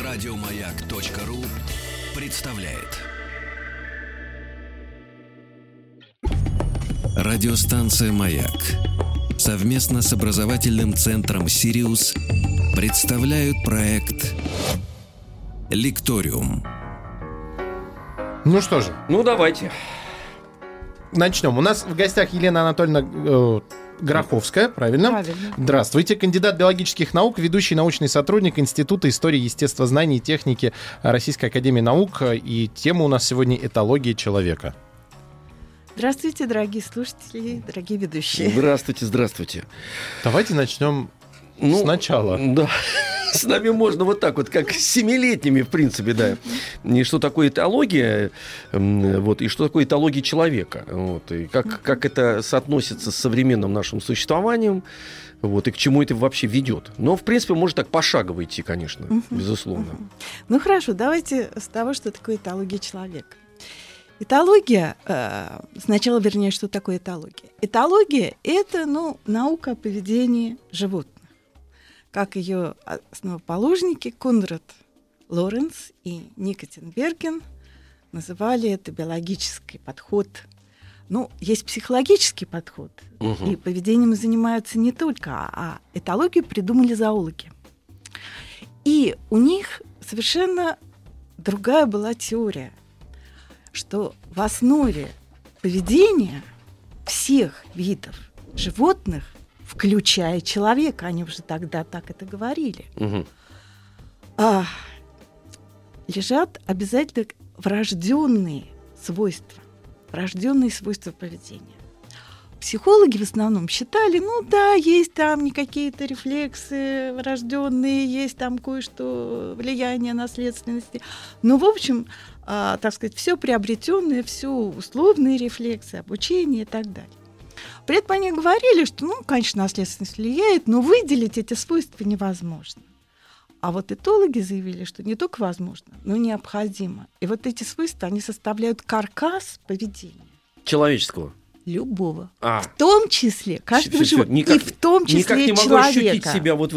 Радиомаяк.ру представляет. Радиостанция «Маяк» совместно с образовательным центром «Сириус» представляют проект «Лекториум». Ну что же. Давайте. Начнем. У нас в гостях Елена Анатольевна Гроховская, правильно? Правильно. Здравствуйте. Кандидат биологических наук, ведущий научный сотрудник Института истории естествознаний и техники Российской академии наук. И тема у нас сегодня «Этология человека». Здравствуйте, дорогие слушатели, дорогие ведущие. Здравствуйте. Давайте начнем сначала. Да. С нами можно вот так вот, как с 7-летними, в принципе, да. И что такое этология, и что такое этология человека, и как это соотносится с современным нашим существованием, и к чему это вообще ведет. Но, в принципе, можно так пошагово идти, конечно, безусловно. Хорошо, давайте с того, что такое этология человека. Этология, сначала, что такое этология? Этология – это, наука о поведении животных. Как ее основоположники Конрад Лоренц и Никотин Берген называли это биологический подход. Есть психологический подход, и поведением занимаются не только, а этологию придумали зоологи. И у них совершенно другая была теория, что в основе поведения всех видов животных, включая человека, они уже тогда так это говорили, лежат обязательно врожденные свойства поведения. Психологи в основном считали, есть там какие-то рефлексы врожденные, есть там кое-что влияние наследственности. В общем, все приобретенное, все условные рефлексы, обучение и так далее. При этом они говорили, что, конечно, наследственность влияет, но выделить эти свойства невозможно. А этологи заявили, что не только возможно, но необходимо. И эти свойства, они составляют каркас поведения. Человеческого. Любого. В том числе каждого животного. И в том числе никак не могу ощутить себя в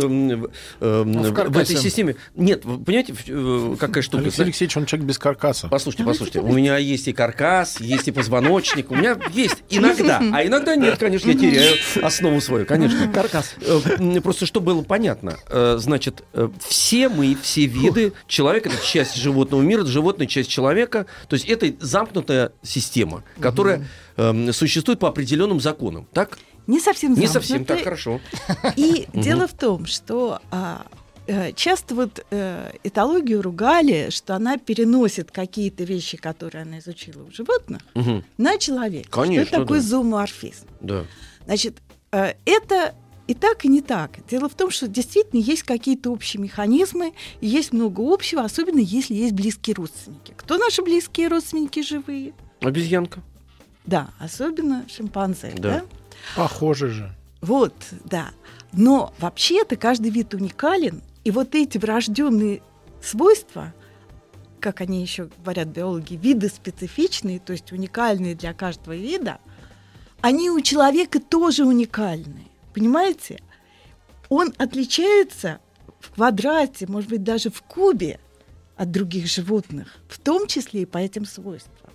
этой системе. Нет, вы понимаете, какая штука? Алексей Алексеевич, он человек без каркаса. Послушайте. У меня есть и каркас, есть и позвоночник. У меня есть иногда. А иногда нет, конечно, я теряю основу свою, конечно. Каркас. Просто чтобы было понятно. Значит, все виды человека, это часть животного мира, это животная часть человека. То есть это замкнутая система, которая существует по определенным законам, так? Не совсем замкнутая. Не совсем, так, хорошо. И дело в том, что часто этологию ругали, что она переносит какие-то вещи, которые она изучила у животных, на человека. Конечно, что это такой зооморфизм. Да. Значит, это и так, и не так. Дело в том, что действительно есть какие-то общие механизмы, и есть много общего, особенно если есть близкие родственники. Кто наши близкие родственники живые? Обезьянка. Да, особенно шимпанзе. Да. Похоже же. Да. Но вообще-то каждый вид уникален, и эти врожденные свойства, как они еще говорят биологи, виды специфичные, то есть уникальные для каждого вида, они у человека тоже уникальны. Понимаете? Он отличается в квадрате, может быть, даже в кубе от других животных, в том числе и по этим свойствам.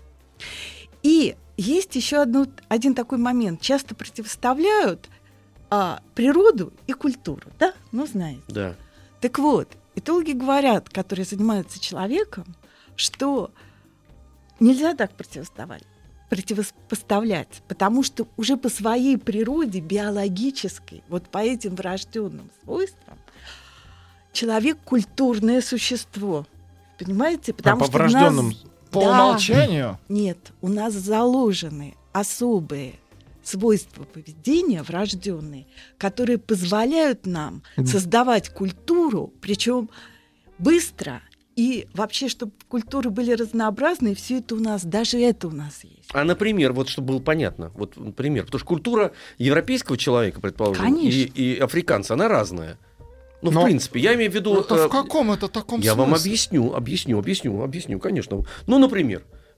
И есть еще один такой момент. Часто противоставляют природу и культуру. Да? Знаете. Да. Так этологи говорят, которые занимаются человеком, что нельзя так противопоставлять, потому что уже по своей природе биологической, по этим врожденным свойствам, человек культурное существо. Понимаете? Потому по врожденным... По умолчанию? Нет, у нас заложены особые свойства поведения, врожденные, которые позволяют нам создавать культуру, причем быстро, и вообще, чтобы культуры были разнообразны, все это у нас, даже это у нас есть. А, например, чтобы было понятно, например, потому что культура европейского человека, предположим, и африканца, она разная. В принципе, я имею в виду... Это в каком это таком я смысле? вам объясню, конечно. Например,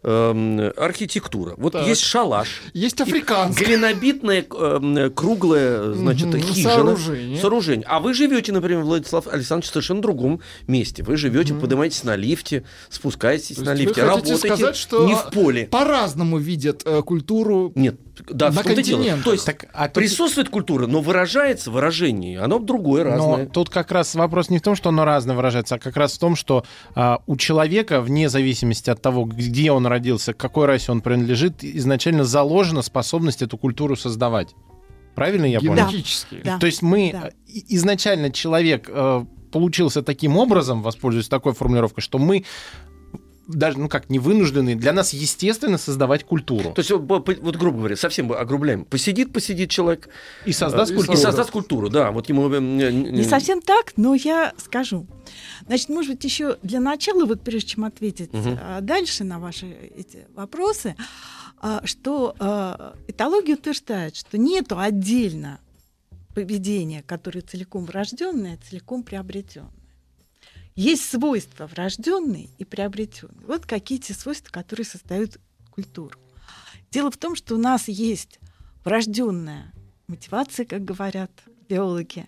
архитектура. Вот Так. есть шалаш. Есть африканское. Глинобитное, круглое, значит, хижина. Сооружение. А вы живете, например, Владислав Александрович, в совершенно другом месте. Вы живете, поднимаетесь на лифте, спускаетесь на лифте, работаете сказать, что не в поле. По-разному видят культуру. Нет, да, на в том-то и дело. континентах. То есть Так, а тут- присутствует культура, но выражается выражение, оно другое, разное. Но тут как раз вопрос не в том, что оно разное выражается, а как раз в том, что у человека, вне зависимости от того, где он родился, к какой расе он принадлежит, изначально заложена способность эту культуру создавать. Правильно я понял? Генетически. Да. То есть мы Да. изначально человек получился таким образом, воспользуясь такой формулировкой, что мы даже, не вынуждены, для нас естественно создавать культуру. То есть, вот грубо говоря, совсем огрубляем. Посидит человек И создаст и культуру. и создаст культуру, да. Вот ему... Не совсем так, но я скажу. Значит, может быть, еще для начала, вот прежде чем ответить дальше на ваши эти вопросы, что этология утверждает, что нету отдельно поведения, которое целиком врожденное, целиком приобретенное. Есть свойства врожденные и приобретенные. Вот какие те свойства, которые создают культуру. Дело в том, что у нас есть врожденная мотивация, как говорят биологи,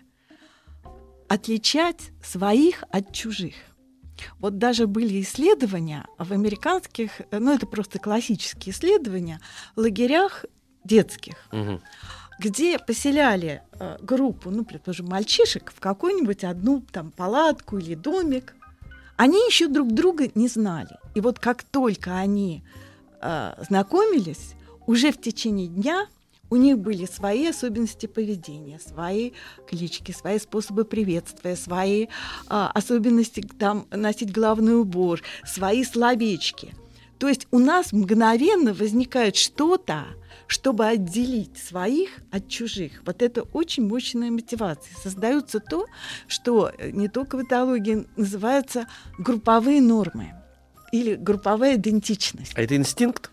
отличать своих от чужих. Вот даже были исследования в американских, это просто классические исследования, лагерях детских, где поселяли группу, предположим, мальчишек в какую-нибудь одну палатку или домик. Они еще друг друга не знали. И вот как только они знакомились, уже в течение дня у них были свои особенности поведения, свои клички, свои способы приветствия, свои особенности носить головной убор, свои словечки. То есть у нас мгновенно возникает что-то, чтобы отделить своих от чужих. Вот это очень мощная мотивация. Создается то, что не только в этологии называется групповые нормы или групповая идентичность. А это инстинкт?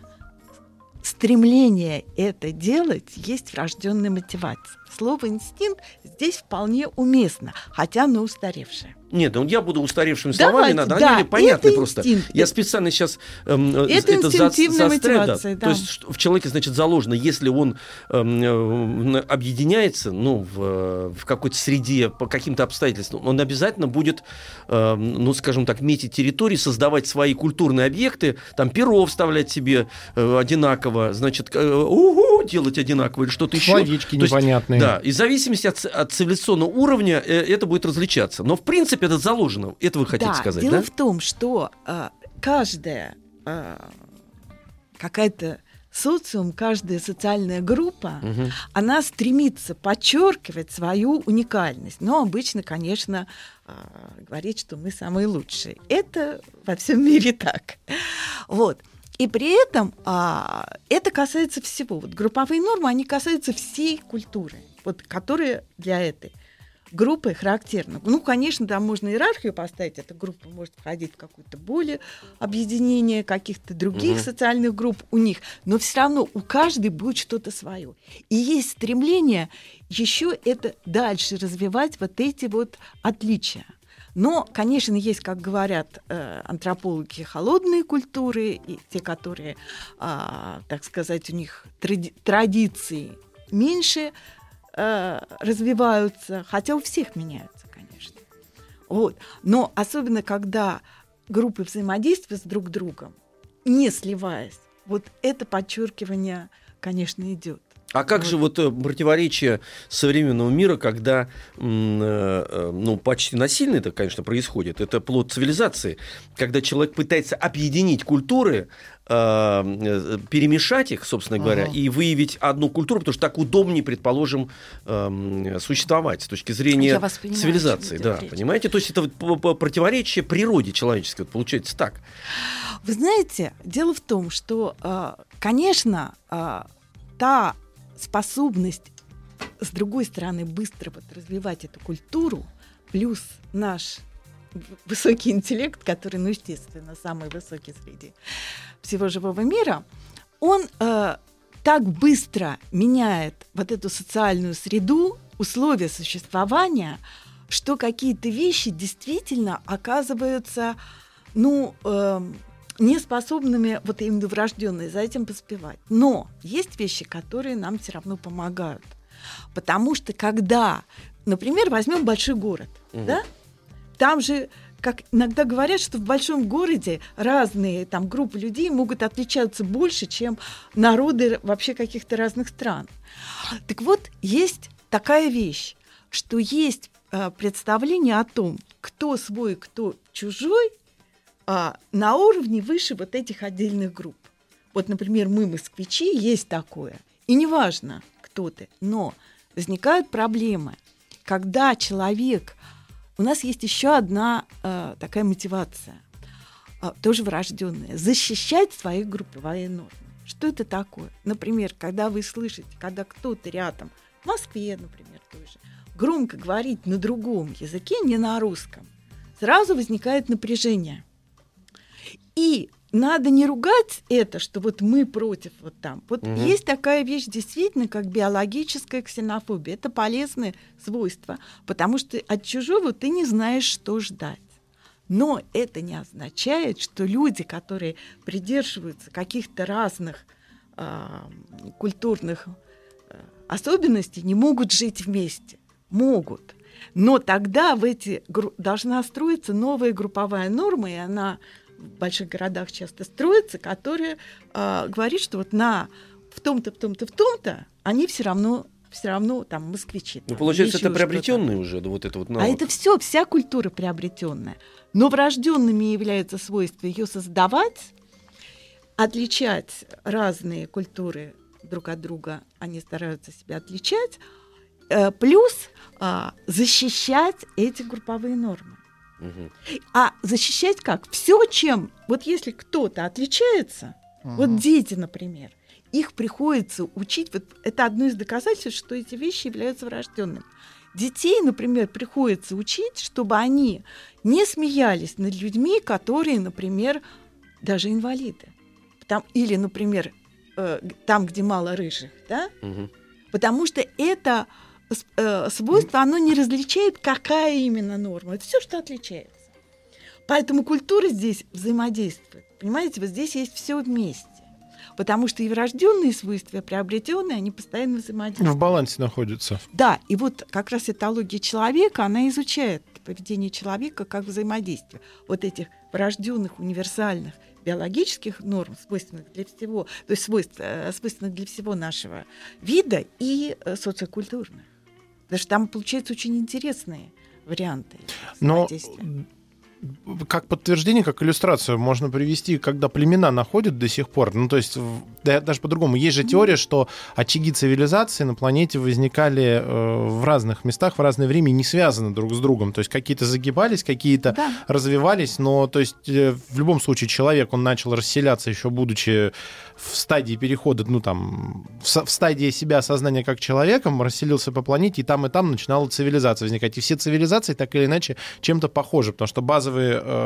Стремление это делать есть врожденная мотивация. Слово «инстинкт» здесь вполне уместно, хотя оно устаревшее. Нет, я буду устаревшими Давайте, словами, да, они понятны это просто. инстинкт. Я специально сейчас Это инстинктивная мотивация, да. То есть в человеке, значит, заложено, если он объединяется, в какой-то среде, по каким-то обстоятельствам, он обязательно будет, скажем так, метить территории, создавать свои культурные объекты, перо вставлять себе одинаково, значит, делать одинаково или что-то еще. Словечки непонятные. Да, и в зависимости от цивилизационного уровня это будет различаться. Но, в принципе, это заложено. Это вы хотите сказать, да? Дело в том, что каждая какая-то социум, каждая социальная группа, она стремится подчеркивать свою уникальность. Но обычно, конечно, говорит, что мы самые лучшие. Это во всем мире так. Вот. И при этом это касается всего. Вот групповые нормы, они касаются всей культуры, которая для этой группы характерна. Конечно, там можно иерархию поставить, эта группа может входить в какое-то более объединение каких-то других социальных групп у них, но все равно у каждой будет что-то свое. И есть стремление еще это дальше развивать, вот эти вот отличия. Но, конечно, есть, как говорят антропологи, холодные культуры, и те, которые, так сказать, у них традиции меньше развиваются, хотя у всех меняются, конечно. Вот. Но особенно, когда группы взаимодействуют с друг другом, не сливаясь, вот это подчеркивание, конечно, идет. А как же противоречие современного мира, когда почти насильно это, конечно, происходит, это плод цивилизации, когда человек пытается объединить культуры, перемешать их, собственно говоря, и выявить одну культуру, потому что так удобнее, предположим, существовать с точки зрения цивилизации. Да, понимаете? То есть это противоречие природе человеческой, получается так. Вы знаете, дело в том, что, конечно, та способность, с другой стороны, быстро развивать эту культуру, плюс наш высокий интеллект, который, естественно, самый высокий среди всего живого мира, он так быстро меняет вот эту социальную среду, условия существования, что какие-то вещи действительно оказываются, не способными, вот именно врожденные, за этим поспевать. Но есть вещи, которые нам все равно помогают. Потому что когда, например, возьмем большой город, да, там же, как иногда говорят, что в большом городе разные там группы людей могут отличаться больше, чем народы вообще каких-то разных стран. Так вот, есть такая вещь, что есть представление о том, кто свой, кто чужой, на уровне выше вот этих отдельных групп. Вот, например, мы, москвичи, есть такое. И неважно, кто ты, но возникают проблемы, когда человек... У нас есть еще одна такая мотивация, тоже врожденная, защищать свои групповые нормы. Что это такое? Например, когда вы слышите, когда кто-то рядом, в Москве, например, тоже, громко говорит на другом языке, не на русском, сразу возникает напряжение. И надо не ругать это, что вот мы против вот там. Вот есть такая вещь действительно, как биологическая ксенофобия. Это полезное свойство, потому что от чужого ты не знаешь, что ждать. Но это не означает, что люди, которые придерживаются каких-то разных культурных особенностей, не могут жить вместе. Могут. Но тогда должна строиться новая групповая норма, и она в больших городах часто строится, которая говорит, что вот в том-то, в том-то, в том-то они все равно там москвичи. Ну, получается, это приобретенные уже, да, вот это вот навык. А это вся культура приобретенная. Но врожденными является свойство ее создавать, отличать разные культуры друг от друга, они стараются себя отличать, плюс защищать эти групповые нормы. А защищать как? Все, чем... Вот если кто-то отличается, вот дети, например, их приходится учить... Вот это одно из доказательств, что эти вещи являются врожденными. Детей, например, приходится учить, чтобы они не смеялись над людьми, которые, например, даже инвалиды. Или, например, там, где мало рыжих, да? Потому что это... свойство, оно не различает, какая именно норма. Это все, что отличается. Поэтому культура здесь взаимодействует. Понимаете, вот здесь есть все вместе. Потому что и врожденные свойства, и приобретенные, они постоянно взаимодействуют. В балансе находятся. Да, и вот как раз этология человека, она изучает поведение человека как взаимодействие вот этих врожденных, универсальных биологических норм, свойственных для всего, то есть свойственных для всего нашего вида, и социокультурных. Потому что там получаются очень интересные варианты взаимодействия. Но как подтверждение, как иллюстрацию можно привести, когда племена находят до сих пор, ну то есть даже по-другому, есть же теория, что очаги цивилизации на планете возникали в разных местах в разное время и не связаны друг с другом, то есть какие-то загибались, какие-то развивались, но то есть в любом случае человек, он начал расселяться еще будучи в стадии перехода, ну там в стадии себя осознания как человеком, расселился по планете, и там начинала цивилизация возникать, и все цивилизации так или иначе чем-то похожи, потому что базовая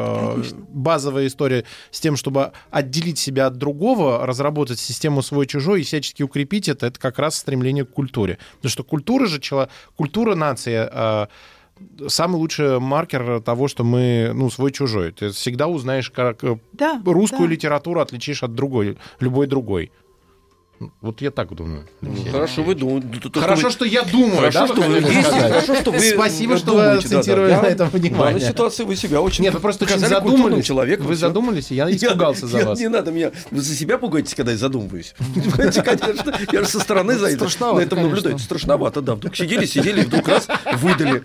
история с тем, чтобы отделить себя от другого, разработать систему свой-чужой и всячески укрепить это как раз стремление к культуре. Потому что культура нации самый лучший маркер того, что мы свой-чужой. Ты всегда узнаешь, как русскую литературу отличишь от любой другой. Вот я так думаю. Хорошо, вы думаете. Хорошо, что я думаю. Хорошо, что вы Спасибо, что вы акцентировали на этом внимание. В ситуации вы себя очень... Нет, вы просто очень задумались. Вы задумались, и я испугался за вас. Не надо меня... Вы за себя пугаетесь, когда я задумываюсь? Понимаете, конечно. Я же со стороны за на этом наблюдаю. Страшновато, да. Вдруг сидели, и вдруг раз выдали.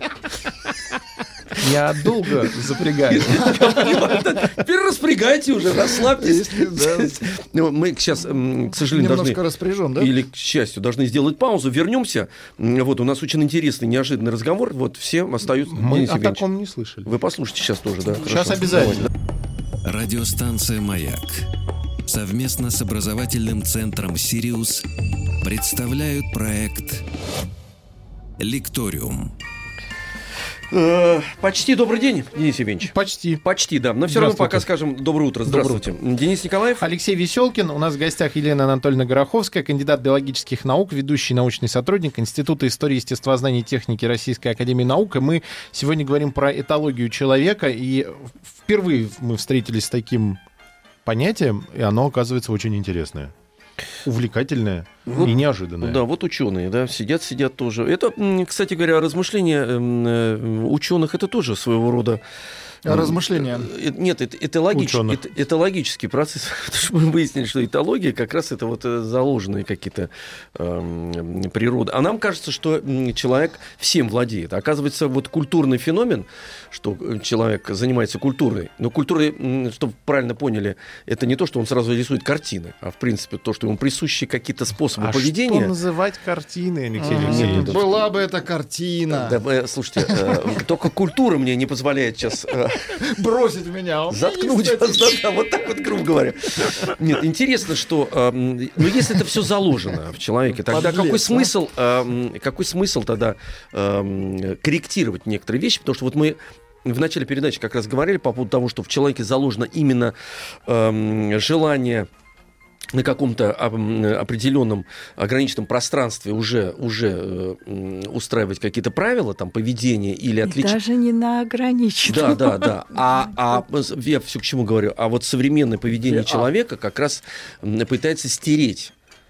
Я долго запрягаю. Теперь распрягайте уже, расслабьтесь. Мы сейчас, к сожалению, немножко распряжен, да? Или, к счастью, должны сделать паузу. Вернемся. Вот, у нас очень интересный, неожиданный разговор. Вот, все остаются... Мы о таком не слышали. Вы послушайте сейчас тоже, да? Сейчас обязательно. Радиостанция «Маяк» совместно с образовательным центром «Сириус» представляют проект «Лекториум». Почти добрый день, Денис Евгеньевич. Почти, да. Но все равно пока скажем доброе утро. Здравствуйте. Денис Николаев. Алексей Веселкин. У нас в гостях Елена Анатольевна Гороховская, кандидат биологических наук, ведущий научный сотрудник Института истории, естествознания и техники Российской академии наук. И мы сегодня говорим про этологию человека. И впервые мы встретились с таким понятием, и оно оказывается очень интересное, увлекательное Вот, и неожиданное. Да, вот ученые, да, сидят тоже. Это, кстати говоря, размышления ученых, это тоже своего рода Размышления. Нет, это логический процесс. Потому что мы выяснили, что этология как раз это вот заложенные какие-то природы. А нам кажется, что человек всем владеет. Оказывается, вот культурный феномен, что человек занимается культурой. Но культурой, чтобы правильно поняли, это не то, что он сразу рисует картины, а в принципе то, что ему присущи какие-то способы поведения. Что называть картиной, Алексей Алексеевич? Была бы эта картина. Да, слушайте, только культура мне не позволяет сейчас бросить меня. Заткнуть вас, да, вот так вот, грубо говоря. Нет, интересно, что, если это все заложено в человеке, тогда какой смысл тогда корректировать некоторые вещи? Потому что вот мы в начале передачи как раз говорили по поводу того, что в человеке заложено именно желание на каком-то определенном ограниченном пространстве уже устраивать какие-то правила, там, поведения или отличия. Даже не на ограниченном. Да. Я все к чему говорю. А вот современное поведение человека как раз пытается стереть,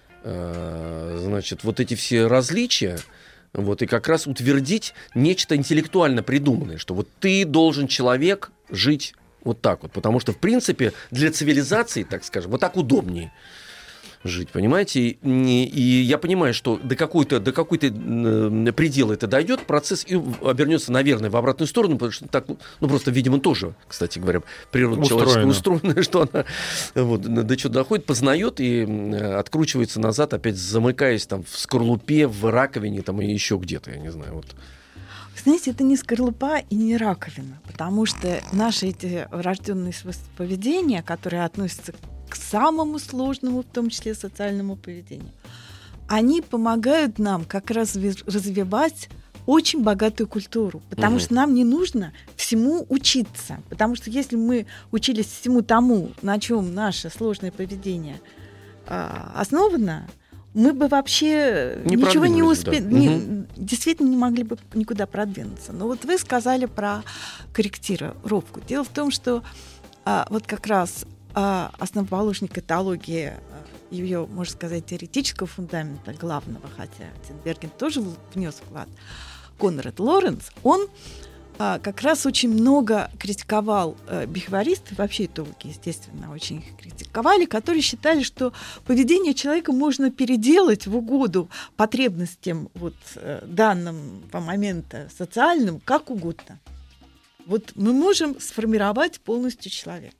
значит, вот эти все различия, вот, и как раз утвердить нечто интеллектуально придуманное, что вот ты должен, человек, жить вот так вот, потому что, в принципе, для цивилизации, так скажем, вот так удобнее жить, понимаете? И я понимаю, что до какой-то предела это дойдет, процесс и обернется, наверное, в обратную сторону, потому что так, просто, видимо, тоже, кстати говоря, природа человеческая устроена, что она до чего доходит, познает и откручивается назад, опять замыкаясь там в скорлупе, в раковине там, и еще где-то, я не знаю, вот. Знаете, это не скорлупа и не раковина, потому что наши эти врожденные свойства поведения, которые относятся к самому сложному, в том числе социальному поведению, они помогают нам как раз развивать очень богатую культуру, потому что нам не нужно всему учиться, потому что если мы учились всему тому, на чем наше сложное поведение основано, мы бы вообще ничего не успели, действительно не могли бы никуда продвинуться. Но вот вы сказали про корректировку. Дело в том, что вот как раз основоположник этологии, ее, можно сказать, теоретического фундамента главного, хотя Тинберген тоже внес вклад, Конрад Лоренц, он как раз очень много критиковал бихевиористов, вообще этологи, естественно, очень их критиковали, которые считали, что поведение человека можно переделать в угоду потребностям данным по моменту социальным, как угодно. Вот мы можем сформировать полностью человека.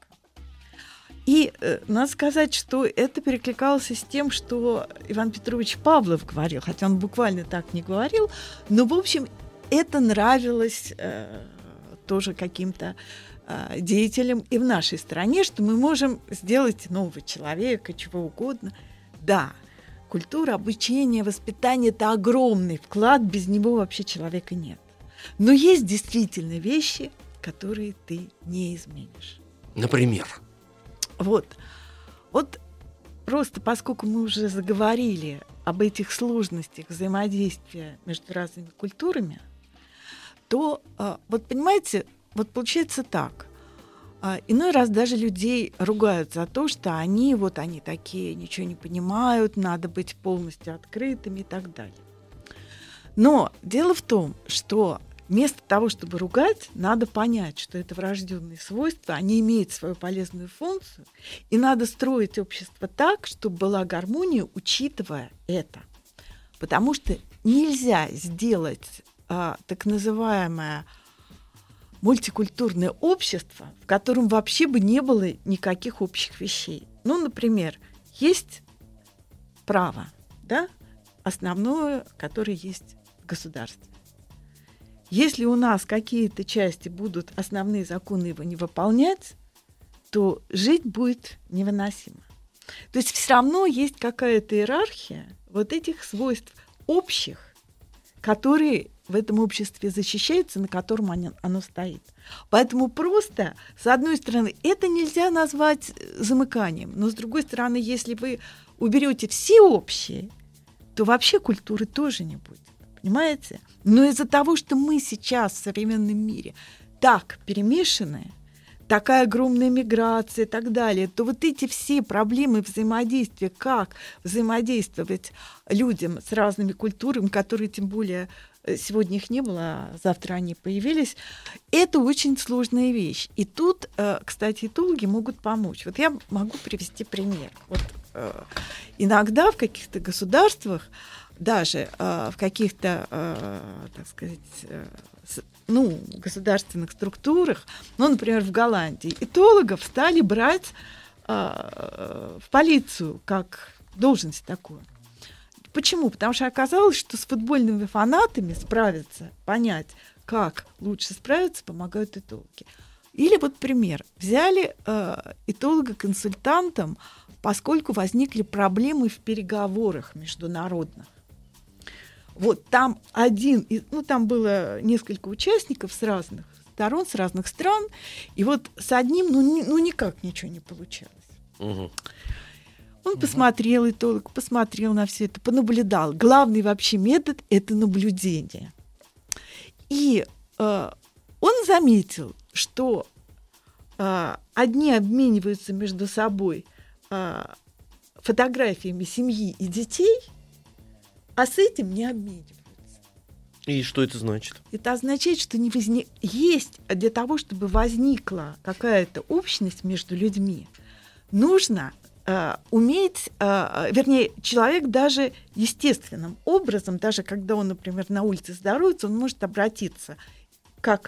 И надо сказать, что это перекликалось с тем, что Иван Петрович Павлов говорил, хотя он буквально так не говорил, но, в общем, это нравилось тоже каким-то деятелям и в нашей стране, что мы можем сделать нового человека, чего угодно. Да, культура, обучение, воспитание – это огромный вклад, без него вообще человека нет. Но есть действительно вещи, которые ты не изменишь. Например? Вот просто поскольку мы уже заговорили об этих сложностях взаимодействия между разными культурами, то, понимаете, получается так. Иной раз даже людей ругают за то, что они такие, ничего не понимают, надо быть полностью открытыми и так далее. Но дело в том, что вместо того, чтобы ругать, надо понять, что это врожденные свойства, они имеют свою полезную функцию, и надо строить общество так, чтобы была гармония, учитывая это. Потому что нельзя сделать так называемое мультикультурное общество, в котором вообще бы не было никаких общих вещей. Ну, например, есть право, да, основное, которое есть в государстве. Если у нас какие-то части будут основные законы его не выполнять, то жить будет невыносимо. То есть все равно есть какая-то иерархия вот этих свойств общих, которые в этом обществе защищаются, на котором оно стоит. Поэтому просто, с одной стороны, это нельзя назвать замыканием, но с другой стороны, если вы уберете все общие, то вообще культуры тоже не будет. Понимаете? Но из-за того, что мы сейчас в современном мире так перемешаны, такая огромная миграция и так далее, то вот эти все проблемы взаимодействия, как взаимодействовать людям с разными культурами, которые тем более сегодня их не было, а завтра они появились, это очень сложная вещь. И тут, кстати, этологи могут помочь. Вот я могу привести пример. Вот, иногда в каких-то государствах, даже в каких-то, так сказать, государственных структурах, например, в Голландии, этологов стали брать в полицию как должность такую. Почему? Потому что оказалось, что с футбольными фанатами справиться, понять, как лучше справиться, помогают этологи. Или вот пример. Взяли этолога-консультантом, поскольку возникли проблемы в переговорах международных. Вот там там было несколько участников с разных сторон, с разных стран, и вот с одним, никак ничего не получалось. Угу. Он посмотрел на все это, понаблюдал. Главный вообще метод – это наблюдение. И он заметил, что одни обмениваются между собой фотографиями семьи и детей, а с этим не обмениваются. И что это значит? Это означает, что есть для того, чтобы возникла какая-то общность между людьми, нужно уметь, человек даже естественным образом, даже когда он, например, на улице здоровается, он может обратиться как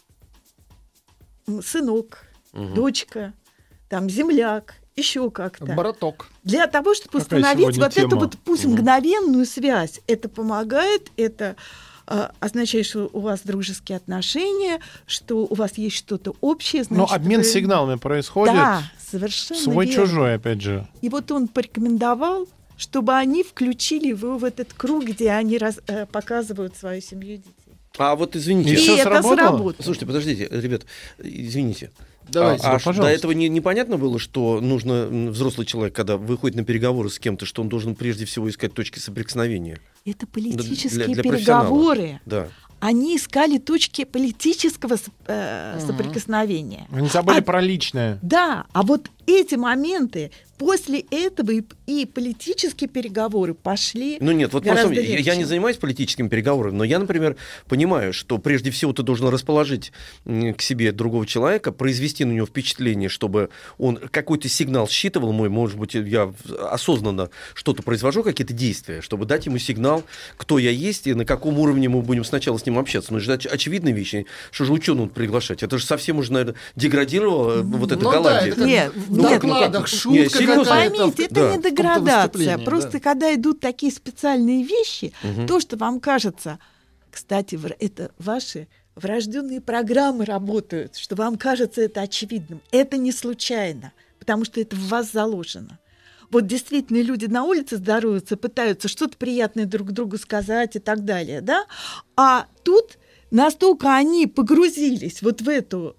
сынок, дочка, земляк, еще как-то. Браток. Для того, чтобы Какая установить вот тема? эту пусть мгновенную связь. Это помогает, это означает, что у вас дружеские отношения, что у вас есть что-то общее. Значит, Но обмен сигналами происходит. Да, совершенно Свой-чужой, опять же. И вот он порекомендовал, чтобы они включили его в этот круг, где они показывают свою семью и детей. А вот извините. И всё это сработало? сработало. Слушайте, подождите, ребят, извините. Давайте. А пожалуйста. до этого непонятно было, что нужно взрослый человек, когда выходит на переговоры с кем-то, что он должен прежде всего искать точки соприкосновения? Это политические для профессионала. переговоры. Да. Они искали точки политического соприкосновения. Они забыли про личное. Да, а вот эти моменты, после этого и политические переговоры пошли Нет, вот гораздо просто я не легче. занимаюсь политическими переговорами, но я, например, понимаю, что прежде всего ты должен расположить к себе другого человека, произвести на него впечатление, чтобы он какой-то сигнал считывал мой, может быть, я осознанно что-то произвожу, какие-то действия, чтобы дать ему сигнал, кто я есть и на каком уровне мы будем сначала с ним общаться. Ну, это же очевидные вещи. Что же ученого приглашать? Это же совсем уже, наверное, деградировало вот это Голландия. это Нет, в нет, докладах нет, шутка серьезно? какая-то. Поймите, это Да. не В каком-то деградация. выступлении, Просто да. когда идут такие специальные вещи, то, что вам кажется, кстати, это ваши врожденные программы работают, что вам кажется это очевидным. Это не случайно, потому что это в вас заложено. Вот действительно люди на улице здороваются, пытаются что-то приятное друг другу сказать и так далее, да? А тут настолько они погрузились вот в эту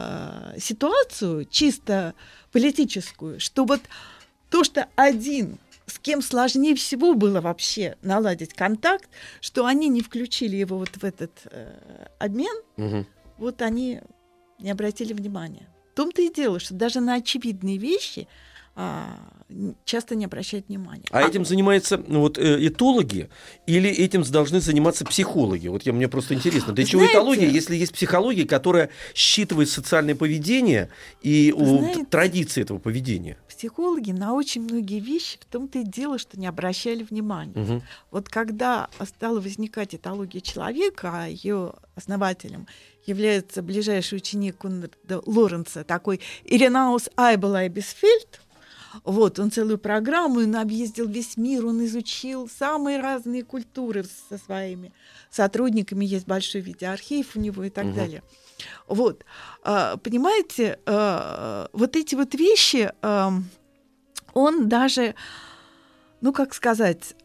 ситуацию чисто политическую, что вот то, что один, с кем сложнее всего было вообще наладить контакт, что они не включили его вот в этот обмен, вот они не обратили внимания. В том-то и дело, что даже на очевидные вещи часто не обращают внимания. А этим занимаются этологи или этим должны заниматься психологи? Вот мне просто интересно. Для чего Знаете, этология, если есть психология, которая считывает социальное поведение и знаете, традиции этого поведения? Психологи на очень многие вещи в том-то и дело, что не обращали внимания. Вот когда стала возникать этология человека, а ее основателем является ближайший ученик Конрада Лоренца, такой Иренаус Айбелай Бисфельд. Вот, он целую программу, он объездил весь мир, он изучил самые разные культуры со своими сотрудниками, есть большой видеоархив у него и так далее. Вот, понимаете, вот эти вот вещи, он даже, как сказать,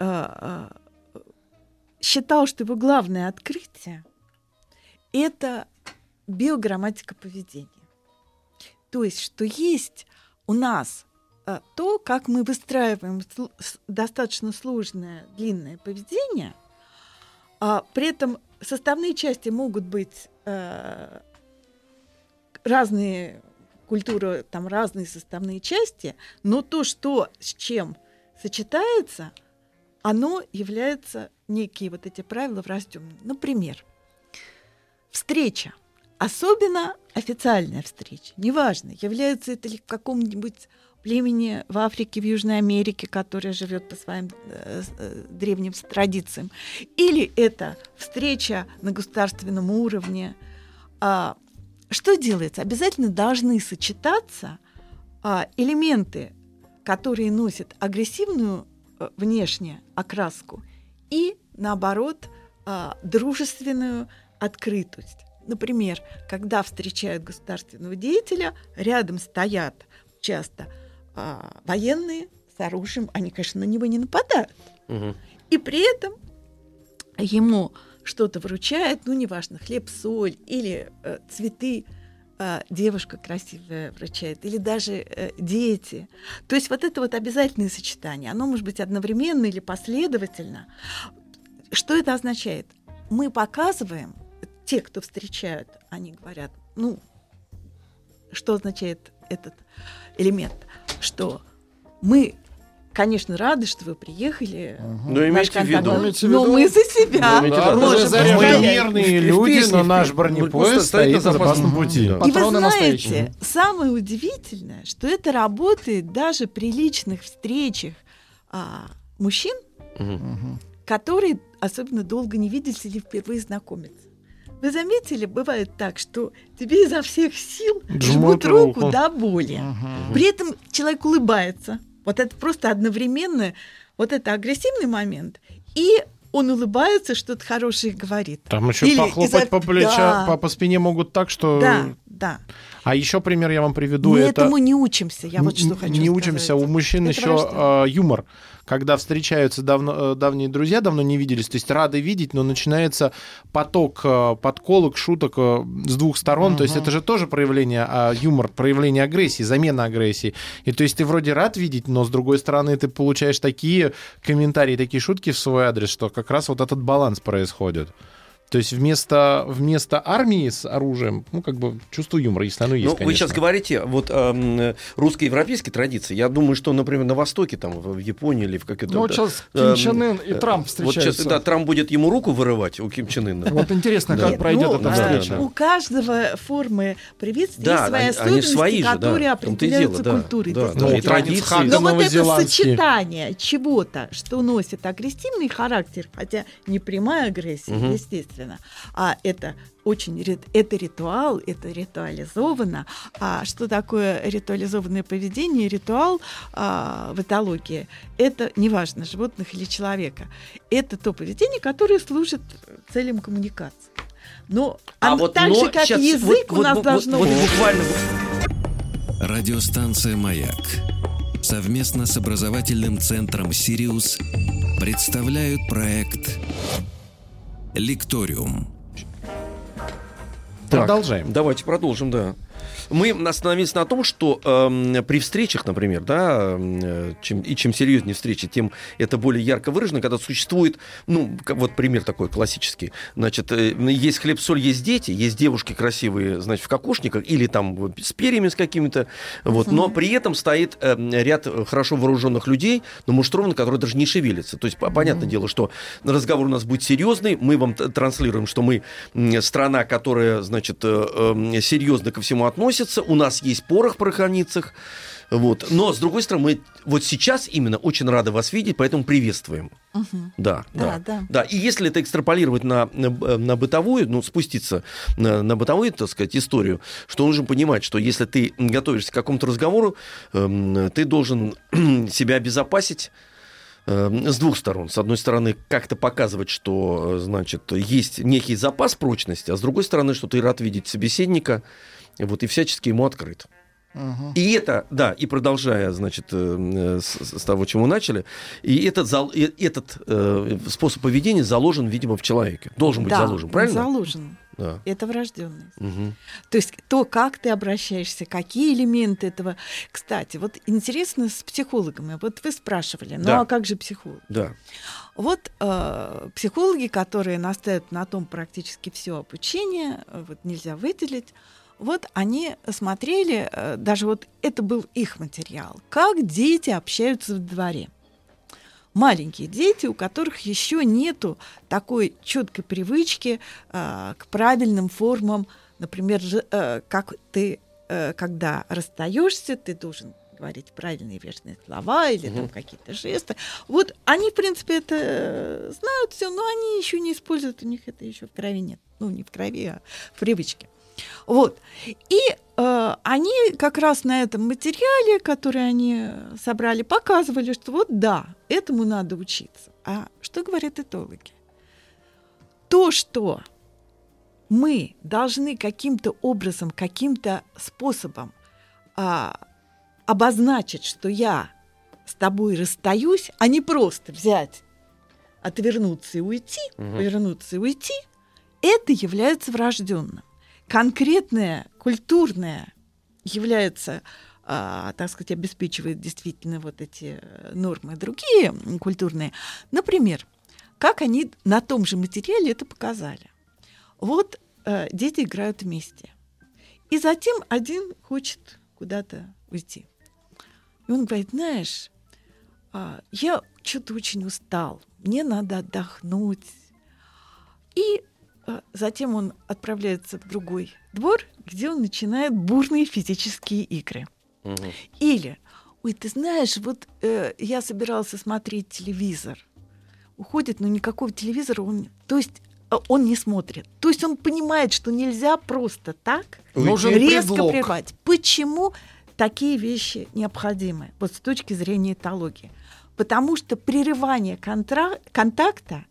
считал, что его главное открытие – это биограмматика поведения. То есть, что есть у нас то, как мы выстраиваем достаточно сложное, длинное поведение, при этом составные части могут быть разные культура, там разные составные части, но то, что с чем сочетается, оно является некие вот эти правила врожденные. Например, встреча, особенно официальная встреча, неважно, является это ли в каком-нибудь племени в Африке, в Южной Америке, которое живет по своим древним традициям, или это встреча на государственном уровне. Что делается? Обязательно должны сочетаться элементы, которые носят агрессивную внешнюю окраску и, наоборот, дружественную открытость. Например, когда встречают государственного деятеля, рядом стоят часто военные с оружием, они, конечно, на него не нападают. Угу. И при этом ему что-то вручает, ну, неважно, хлеб, соль или цветы, девушка красивая вручает, или даже дети. То есть вот это вот обязательное сочетание, оно может быть одновременно или последовательно. Что это означает? Мы показываем, те, кто встречают, они говорят, ну, что означает этот элемент? Что мы, конечно, рады, что вы приехали. Но имейте в виду. Но мы за себя можем Мы постоять. мирные люди, но наш бронепоезд стоит на запасном пути. И вы Патроны знаете, настоящие. самое удивительное, что это работает даже при личных встречах мужчин, которые особенно долго не виделись или впервые знакомятся. Вы заметили, бывает так, что тебе изо всех сил жмут руку до боли. При этом человек улыбается. Вот это просто одновременно, вот это агрессивный момент, и он улыбается, что-то хорошее говорит. Там еще Или похлопать по плечу, Да. по спине могут так, что... Да. А еще пример я вам приведу. Мы это... этому не учимся, я вот что хочу Не сказать. учимся. У мужчин Это еще врожденно. юмор. Когда встречаются давние друзья, давно не виделись, то есть рады видеть, но начинается поток подколок, шуток с двух сторон. То есть это же тоже проявление юмора, проявление агрессии, замена агрессии. И то есть ты вроде рад видеть, но с другой стороны ты получаешь такие комментарии, такие шутки в свой адрес, что как раз вот этот баланс происходит. То есть вместо армии с оружием, ну, как бы чувство юмора, если оно есть, Ну, конечно. вы сейчас говорите вот русско-европейской традиции. Я думаю, что, например, на Востоке, там, в Японии или в какой-то... Ну, вот сейчас Ким Чен Ын и Трамп Вот встречаются. сейчас, да, Трамп будет ему руку вырывать у Ким Чен Ына. Вот интересно, Да. как пройдет эта да, встреча. да. У каждого формы приветствия Да, есть свои они особенности, свои же, да, которые в том-то и определяются дело, да, культурой. да, действительно. да, и традиции. Но вот это новозеландский. сочетание чего-то, что носит агрессивный характер, хотя не прямая агрессия, естественно, а это очень это ритуал, это ритуализовано. А что такое ритуализованное поведение? Ритуал в этологии — это, неважно, животных или человека, это то поведение, которое служит целям коммуникации. Но так же, как щас, язык у нас должно вот быть. буквально... Радиостанция «Маяк» совместно с образовательным центром «Сириус» представляют проект «Лекториум». Продолжаем. Давайте продолжим, да. Мы остановились на том, что при встречах, например, да, чем серьезнее встречи, тем это более ярко выражено, когда существует, ну, вот пример такой классический, значит, есть хлеб, соль, есть дети, есть девушки красивые, значит, в кокошниках или там с перьями с какими-то, вот, но при этом стоит ряд хорошо вооруженных людей, но муштровно, которые даже не шевелятся. То есть, понятное дело, что разговор у нас будет серьезный, мы вам транслируем, что мы страна, которая, значит, серьезно ко всему относится, у нас есть порох в пороховницах, вот. Но, с другой стороны, мы вот сейчас именно очень рады вас видеть, поэтому приветствуем. Да. И если это экстраполировать на бытовую, ну, спуститься на бытовую, так сказать, историю, что нужно понимать, что если ты готовишься к какому-то разговору, ты должен себя обезопасить с двух сторон. С одной стороны, как-то показывать, что, значит, есть некий запас прочности, а с другой стороны, что ты рад видеть собеседника, вот, и всячески ему открыт. И это, да, и продолжая, значит, с того, чему начали, и этот способ поведения заложен, видимо, в человеке. Должен быть заложен, правильно? Заложен. Да. Это врожденность. То есть то, как ты обращаешься, какие элементы этого. Кстати, вот интересно с психологами. Вот вы спрашивали, ну а как же психолог? Да. Вот психологи, которые настаивают на том практически все обучение, вот нельзя выделить, вот они смотрели, даже вот это был их материал, как дети общаются в дворе. Маленькие дети, у которых еще нету такой четкой привычки к правильным формам, например, как ты, когда расстаешься, ты должен говорить правильные верные слова или там какие-то жесты. Вот они, в принципе, это знают все, но они еще не используют, у них это еще в крови нет. Ну, не в крови, а в привычке. Вот. И они как раз на этом материале, который они собрали, показывали, что вот да, этому надо учиться. А что говорят этологи? То, что мы должны каким-то образом, каким-то способом обозначить, что я с тобой расстаюсь, а не просто взять, отвернуться и уйти, повернуться и уйти, это является врожденным. Конкретное, культурное является, так сказать, обеспечивает действительно вот эти нормы другие культурные. Например, как они на том же материале это показали. Вот дети играют вместе. И затем один хочет куда-то уйти. И он говорит, знаешь, я что-то очень устал, мне надо отдохнуть. И затем он отправляется в другой двор, где он начинает бурные физические игры. Или, ой, ты знаешь, вот я собирался смотреть телевизор. Уходит, но никакого телевизора он не смотрит. То есть он понимает, что нельзя просто так резко прервать. Почему такие вещи необходимы вот с точки зрения этологии? Потому что прерывание контакта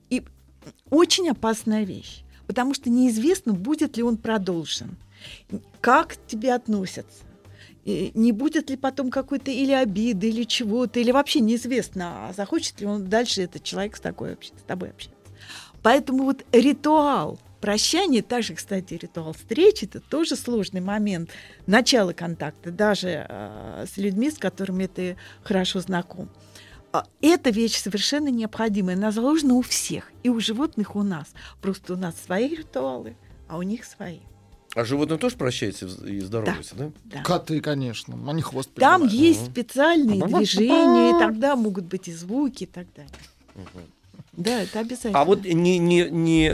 очень опасная вещь, потому что неизвестно, будет ли он продолжен, как к тебе относятся, и не будет ли потом какой-то или обиды, или чего-то, или вообще неизвестно, а захочет ли он дальше этот человек с тобой общаться. Поэтому вот ритуал прощания, также, кстати, ритуал встречи, это тоже сложный момент начала контакта, даже с людьми, с которыми ты хорошо знаком. Эта вещь совершенно необходимая. Она заложена у всех. И у животных, и у нас. Просто у нас свои ритуалы, а у них свои. А животные тоже прощаются и здороваются, да? Да. Коты, конечно. Они хвост Там прибивают. есть специальные движения, и тогда могут быть и звуки, и так далее. Да, это обязательно. А вот не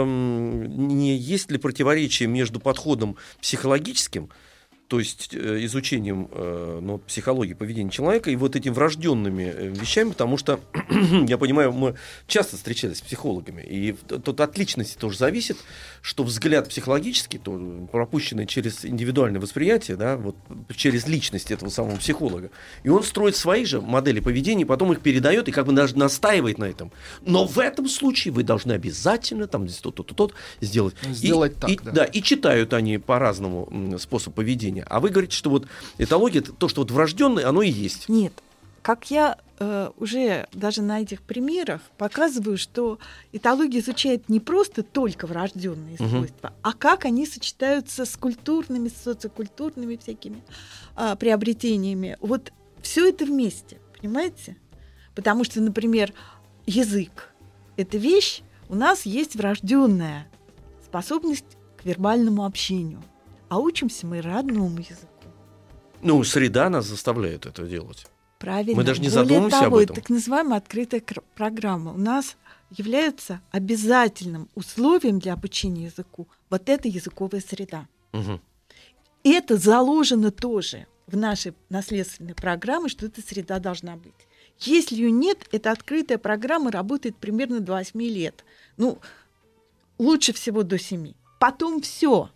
есть ли противоречие между подходом психологическим, то есть изучением психологии поведения человека и вот этими врожденными вещами, потому что, я понимаю, мы часто встречались с психологами, и тут от личности тоже зависит, что взгляд психологический, то пропущенный через индивидуальное восприятие, да, вот через личность этого самого психолога, и он строит свои же модели поведения, потом их передает и как бы даже настаивает на этом. Но в этом случае вы должны обязательно там здесь то-то сделать. Сделать так, да. И читают они по-разному способ поведения. А вы говорите, что вот этология, то, что вот врожденное, оно и есть. Нет. Как я уже даже на этих примерах показываю, что этология изучает не просто только врожденные свойства, а как они сочетаются с культурными, с социокультурными всякими приобретениями. Вот все это вместе, понимаете? Потому что, например, язык — это вещь, у нас есть врожденная способность к вербальному общению. А учимся мы родному языку. Ну, среда нас заставляет это делать. Правильно. Мы даже не Более задумываемся того, об этом. Так называемая открытая программа у нас является обязательным условием для обучения языку вот эта языковая среда. Угу. И это заложено тоже в нашей наследственной программе, что эта среда должна быть. Если ее нет, эта открытая программа работает примерно до 8 лет. Ну, лучше всего до 7. Потом все.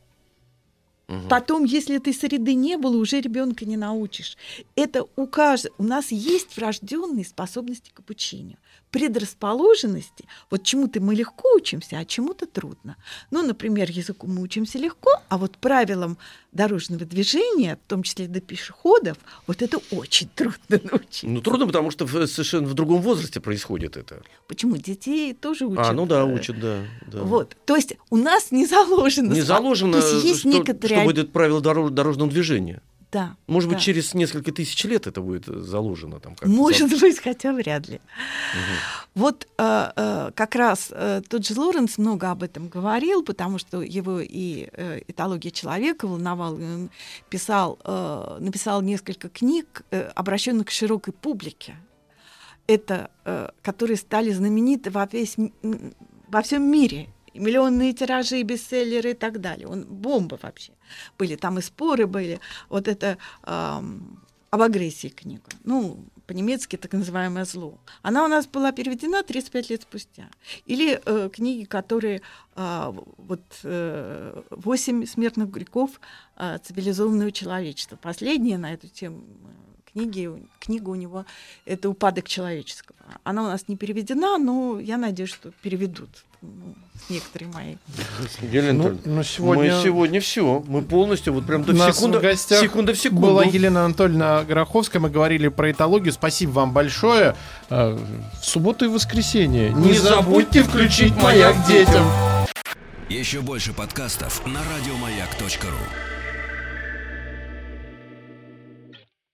Потом, если этой среды не было, уже ребенка не научишь. Это у нас есть врожденные способности к обучению. Предрасположенности, вот чему-то мы легко учимся, а чему-то трудно. Ну, например, языку мы учимся легко, а вот правилам дорожного движения, в том числе до пешеходов, вот это очень трудно научиться. Ну, трудно, потому что совершенно в другом возрасте происходит это. Почему? Детей тоже учат. Учат, да. Вот. То есть у нас не заложено. Не заложено, то есть есть некоторые... чтобы это правило дорожного движения. Да. Может быть, да. через несколько тысяч лет это будет заложено там как-то. Может быть, хотя вряд ли. Вот как раз тот же Лоренц много об этом говорил, потому что его и этология человека волновала. И он написал несколько книг, обращенных к широкой публике. Это, которые стали знамениты во всем мире. Миллионные тиражи, бестселлеры и так далее. Он бомба вообще. Были там и споры были. Вот это об агрессии книга. Ну, по-немецки так называемое «Зло». Она у нас была переведена 35 лет спустя. Или книги, которые 8 смертных грехов цивилизованного человечества. Последняя на эту тему книга у него — это «Упадок человеческого». Она у нас не переведена, но я надеюсь, что переведут. Некоторые мои. Елена Анатольевна, мы сегодня все. Мы полностью, вот прям до секунды в секунду. Была Елена Анатольевна Гороховская, мы говорили про этологию. Спасибо вам большое. В субботу и воскресенье не забудьте включить «Маяк» детям. Еще больше подкастов на радиомаяк.ру.